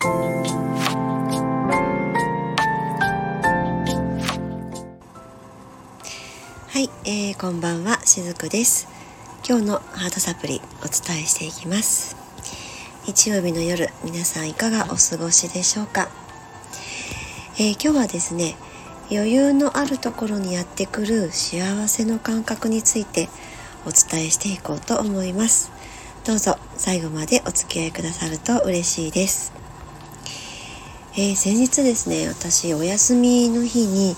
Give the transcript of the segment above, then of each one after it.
はい、こんばんは、しずくです。今日のハートサプリお伝えしていきます。日曜日の夜、皆さんいかがお過ごしでしょうか。今日はですね、余裕のあるところにやってくる幸せの感覚についてお伝えしていこうと思います。どうぞ最後までお付き合いくださると嬉しいです。先日ですね、私お休みの日に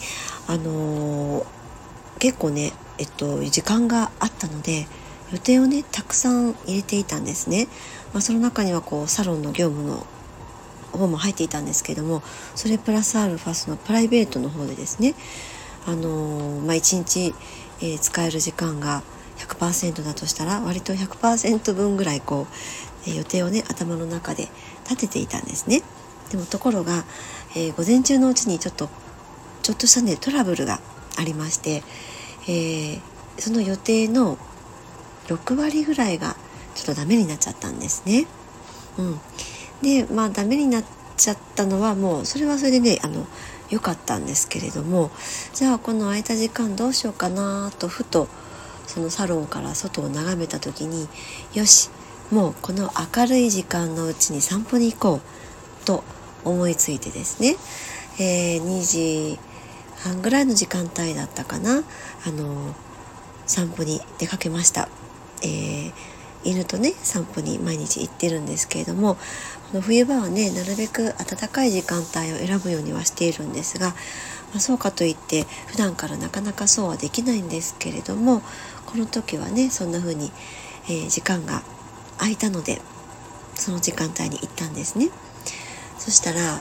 結構ね、時間があったので予定をねたくさん入れていたんですね。その中にはサロンの業務の方も入っていたんですけども、それプラスアルファのプライベートの方でですね、1日、使える時間が 100% だとしたら割と 100% 分ぐらい予定をね頭の中で立てていたんですね。でもところが、午前中のうちにちょっとしたねトラブルがありまして、その予定の6割ぐらいがちょっとダメになっちゃったんですね。で、ダメになっちゃったのはもうそれはそれでね良かったんですけれども、じゃあこの空いた時間どうしようかなとふとそのサロンから外を眺めた時に、よし、もうこの明るい時間のうちに散歩に行こうと思いついてですね、2時半ぐらいの時間帯だったかな、散歩に出かけました。犬とね散歩に毎日行ってるんですけれども、冬場はねなるべく暖かい時間帯を選ぶようにはしているんですが、そうかといって普段からなかなかそうはできないんですけれども、この時はねそんな風に、時間が空いたのでその時間帯に行ったんですね。そしたら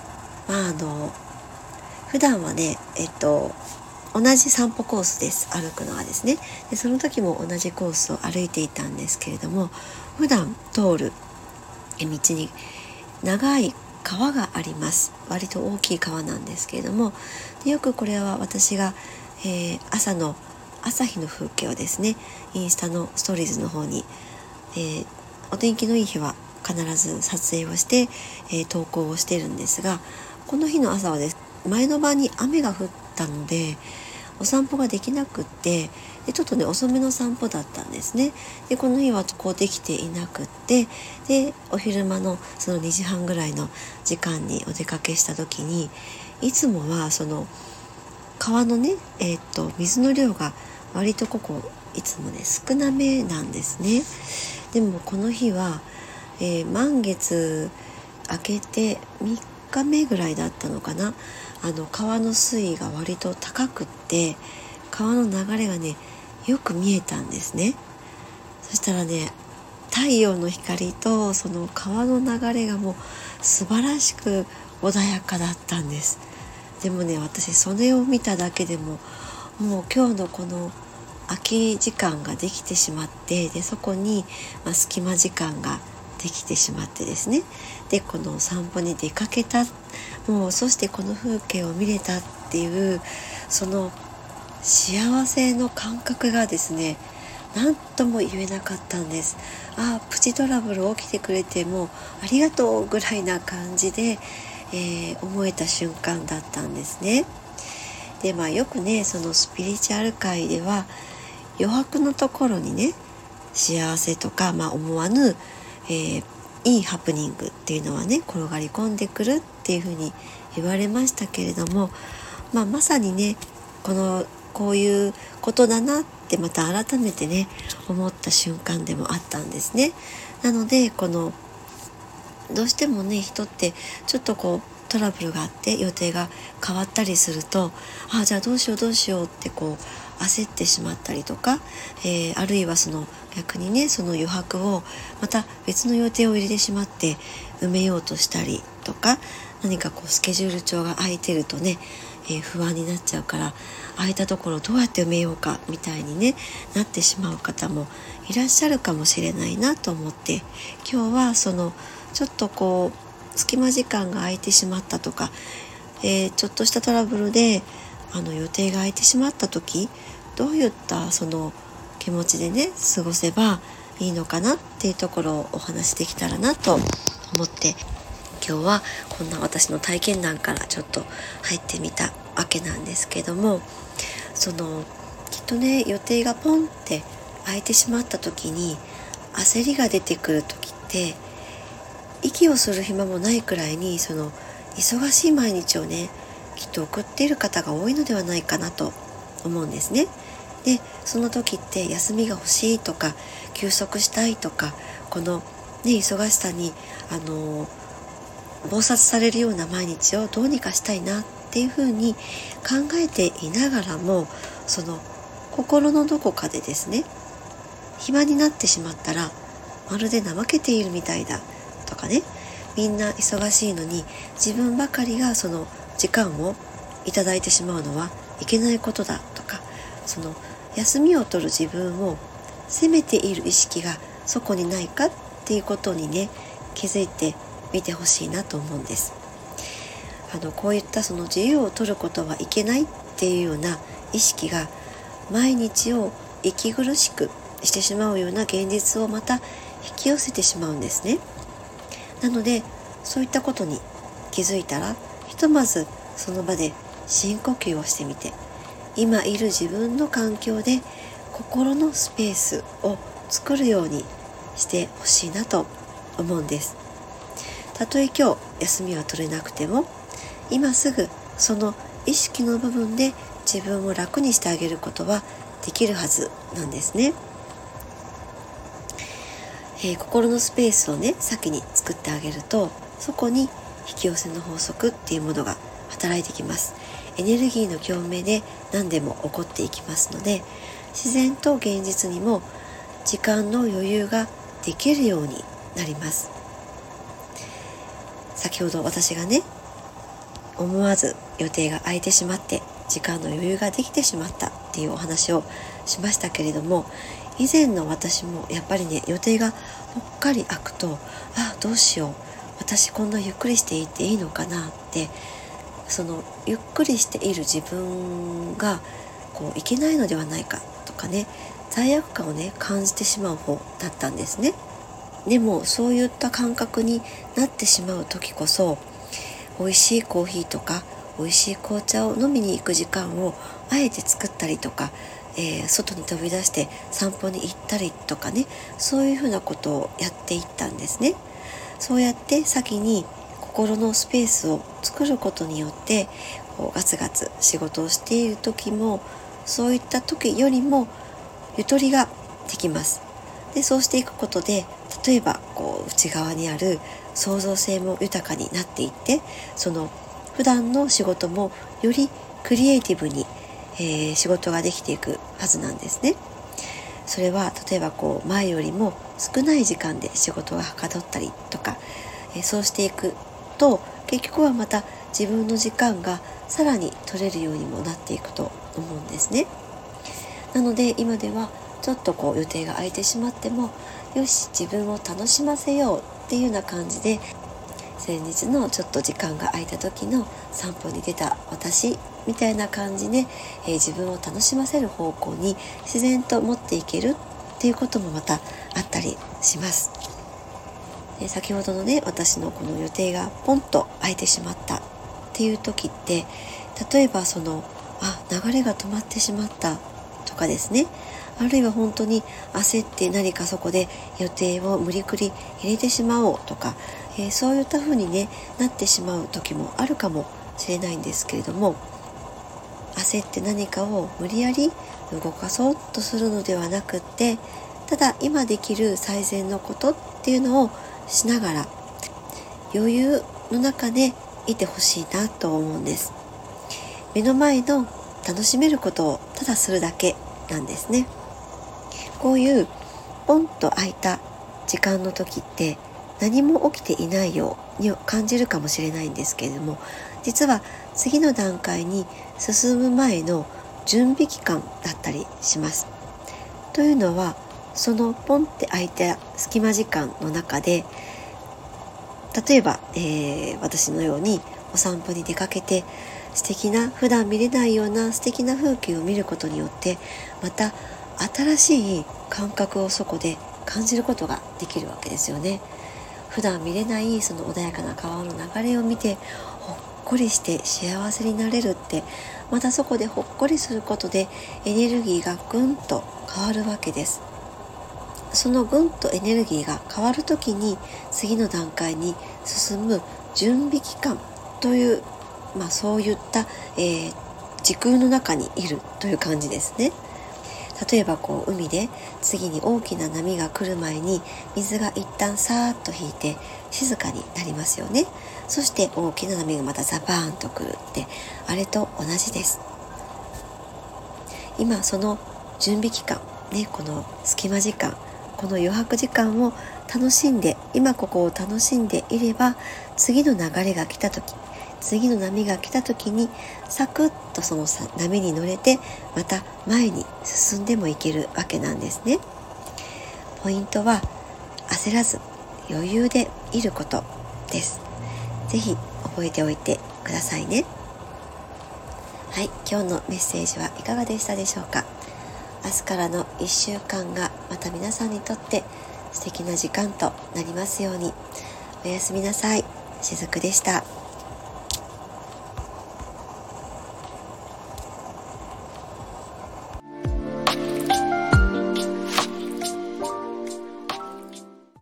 普段はね同じ散歩コースです。歩くのはですね。でその時も同じコースを歩いていたんですけれども、普段通る道に長い川があります。割と大きい川なんですけれども、でよくこれは私が、朝の朝日の風景をですねインスタのストーリーズの方に、お天気のいい日は必ず撮影をして、投稿をしているんですが、この日の朝はです前の晩に雨が降ったのでお散歩ができなくって、でちょっとね遅めの散歩だったんですね。でこの日はできていなくって、でお昼間のその2時半ぐらいの時間にお出かけした時に、いつもはその川のね、水の量が割といつもね少なめなんですね。でもこの日は、満月明けて3日目ぐらいだったのかな、川の水位が割と高くって、川の流れがねよく見えたんですね。そしたらね太陽の光とその川の流れがもう素晴らしく穏やかだったんです。でもね私それを見ただけでももう今日のこの空き時間ができてしまって、でそこに、隙間時間ができてしまってですね、でこの散歩に出かけた、もうそしてこの風景を見れたっていうその幸せの感覚がですね何とも言えなかったんです。プチトラブル起きてくれてもありがとうぐらいな感じで、思えた瞬間だったんですね。でよくねそのスピリチュアル界では余白のところにね幸せとか、思わぬ、いいハプニングっていうのはね転がり込んでくるっていうふうに言われましたけれども、まさにねこういうことだなってまた改めてね思った瞬間でもあったんですね。なのでどうしてもね人ってちょっとトラブルがあって予定が変わったりすると、じゃあどうしようって焦ってしまったりとか、あるいは逆にねその余白をまた別の予定を入れてしまって埋めようとしたりとか、何かスケジュール帳が空いてるとね、不安になっちゃうから空いたところをどうやって埋めようかみたいにねなってしまう方もいらっしゃるかもしれないなと思って、今日はちょっと隙間時間が空いてしまったとか、ちょっとしたトラブルで予定が空いてしまった時、どういった気持ちでね過ごせばいいのかなっていうところをお話しできたらなと思って今日はこんな私の体験談からちょっと入ってみたわけなんですけども、きっとね、予定がポンって空いてしまった時に焦りが出てくる時って、息をする暇もないくらいに忙しい毎日をね、きっと送っている方が多いのではないかなと思うんですね。で、その時って休みが欲しいとか休息したいとか、このね、忙しさに忙殺されるような毎日をどうにかしたいなっていうふうに考えていながらも、心のどこかでですね、暇になってしまったらまるで怠けているみたいだとかね、みんな忙しいのに自分ばかりがその時間をいただいてしまうのはいけないことだとか、休みを取る自分を責めている意識がそこにないかっていうことにね、気づいてみてほしいなと思うんです。こういった自由を取ることはいけないっていうような意識が毎日を息苦しくしてしまうような現実をまた引き寄せてしまうんですね。なので、そういったことに気づいたら、ひとまずその場で深呼吸をしてみて、今いる自分の環境で心のスペースを作るようにしてほしいなと思うんです。たとえ今日休みは取れなくても、今すぐその意識の部分で自分を楽にしてあげることはできるはずなんですね。心のスペースをね、先に作ってあげると、そこに引き寄せの法則っていうものが働いてきます。エネルギーの共鳴で何でも起こっていきますので、自然と現実にも時間の余裕ができるようになります。先ほど私がね、思わず予定が空いてしまって時間の余裕ができてしまったっていうお話をしましたけれども、以前の私もやっぱりね、予定がぽっかり空くと、どうしよう、私こんなゆっくりしていていいのかなって、ゆっくりしている自分がいけないのではないかとかね、罪悪感をね感じてしまう方だったんですね。でもそういった感覚になってしまう時こそ、美味しいコーヒーとか美味しい紅茶を飲みに行く時間をあえて作ったりとか、外に飛び出して散歩に行ったりとかね、そういうふうなことをやっていったんですね。そうやって先に心のスペースを作ることによって、ガツガツ仕事をしている時も、そういった時よりもゆとりができます。で、そうしていくことで、例えば内側にある創造性も豊かになっていって、普段の仕事もよりクリエイティブに、仕事ができていくはずなんですね。それは例えば前よりも少ない時間で仕事がはかどったりとか、そうしていくと結局はまた自分の時間がさらに取れるようにもなっていくと思うんですね。なので今ではちょっと予定が空いてしまっても、よし自分を楽しませようっていうような感じで、先日のちょっと時間が空いた時の散歩に出た私みたいな感じで、自分を楽しませる方向に自然と持っていけるっていうこともまたあったりします。先ほどのね、私のこの予定がポンと空いてしまったっていう時って、例えば流れが止まってしまったとかですね、あるいは本当に焦って何かそこで予定を無理くり入れてしまおうとか、そういった風にねなってしまう時もあるかもしれないんですけれども、焦って何かを無理やり動かそうとするのではなくって、ただ今できる最善のことっていうのをしながら余裕の中でいてほしいなと思うんです。目の前の楽しめることをただするだけなんですね。こういうポンと空いた時間の時って何も起きていないように感じるかもしれないんですけれども、実は次の段階に進む前の準備期間だったりします。というのは、そのポンって空いた隙間時間の中で、例えば、私のようにお散歩に出かけて普段見れないような素敵な風景を見ることによって、また新しい感覚をそこで感じることができるわけですよね。 普段見れないその穏やかな川の流れを見てほっこりして幸せになれるって、またそこでほっこりすることでエネルギーがぐんと変わるわけです。そのぐんとエネルギーが変わるときに次の段階に進む準備期間という、そういった、時空の中にいるという感じですね。例えば海で次に大きな波が来る前に水が一旦さーっと引いて静かになりますよね。そして大きな波がまたザバーンと来るって、あれと同じです。今その準備期間ね、この隙間時間、この余白時間を楽しんで、今ここを楽しんでいれば、次の流れが来た時、次の波が来た時にサクッとその波に乗れて、また前に進んでもいけるわけなんですね。ポイントは焦らず余裕でいることです。ぜひ覚えておいてくださいね。はい、今日のメッセージはいかがでしたでしょうか。明日からの1週間がまた皆さんにとって素敵な時間となりますように。おやすみなさい。しずくでした。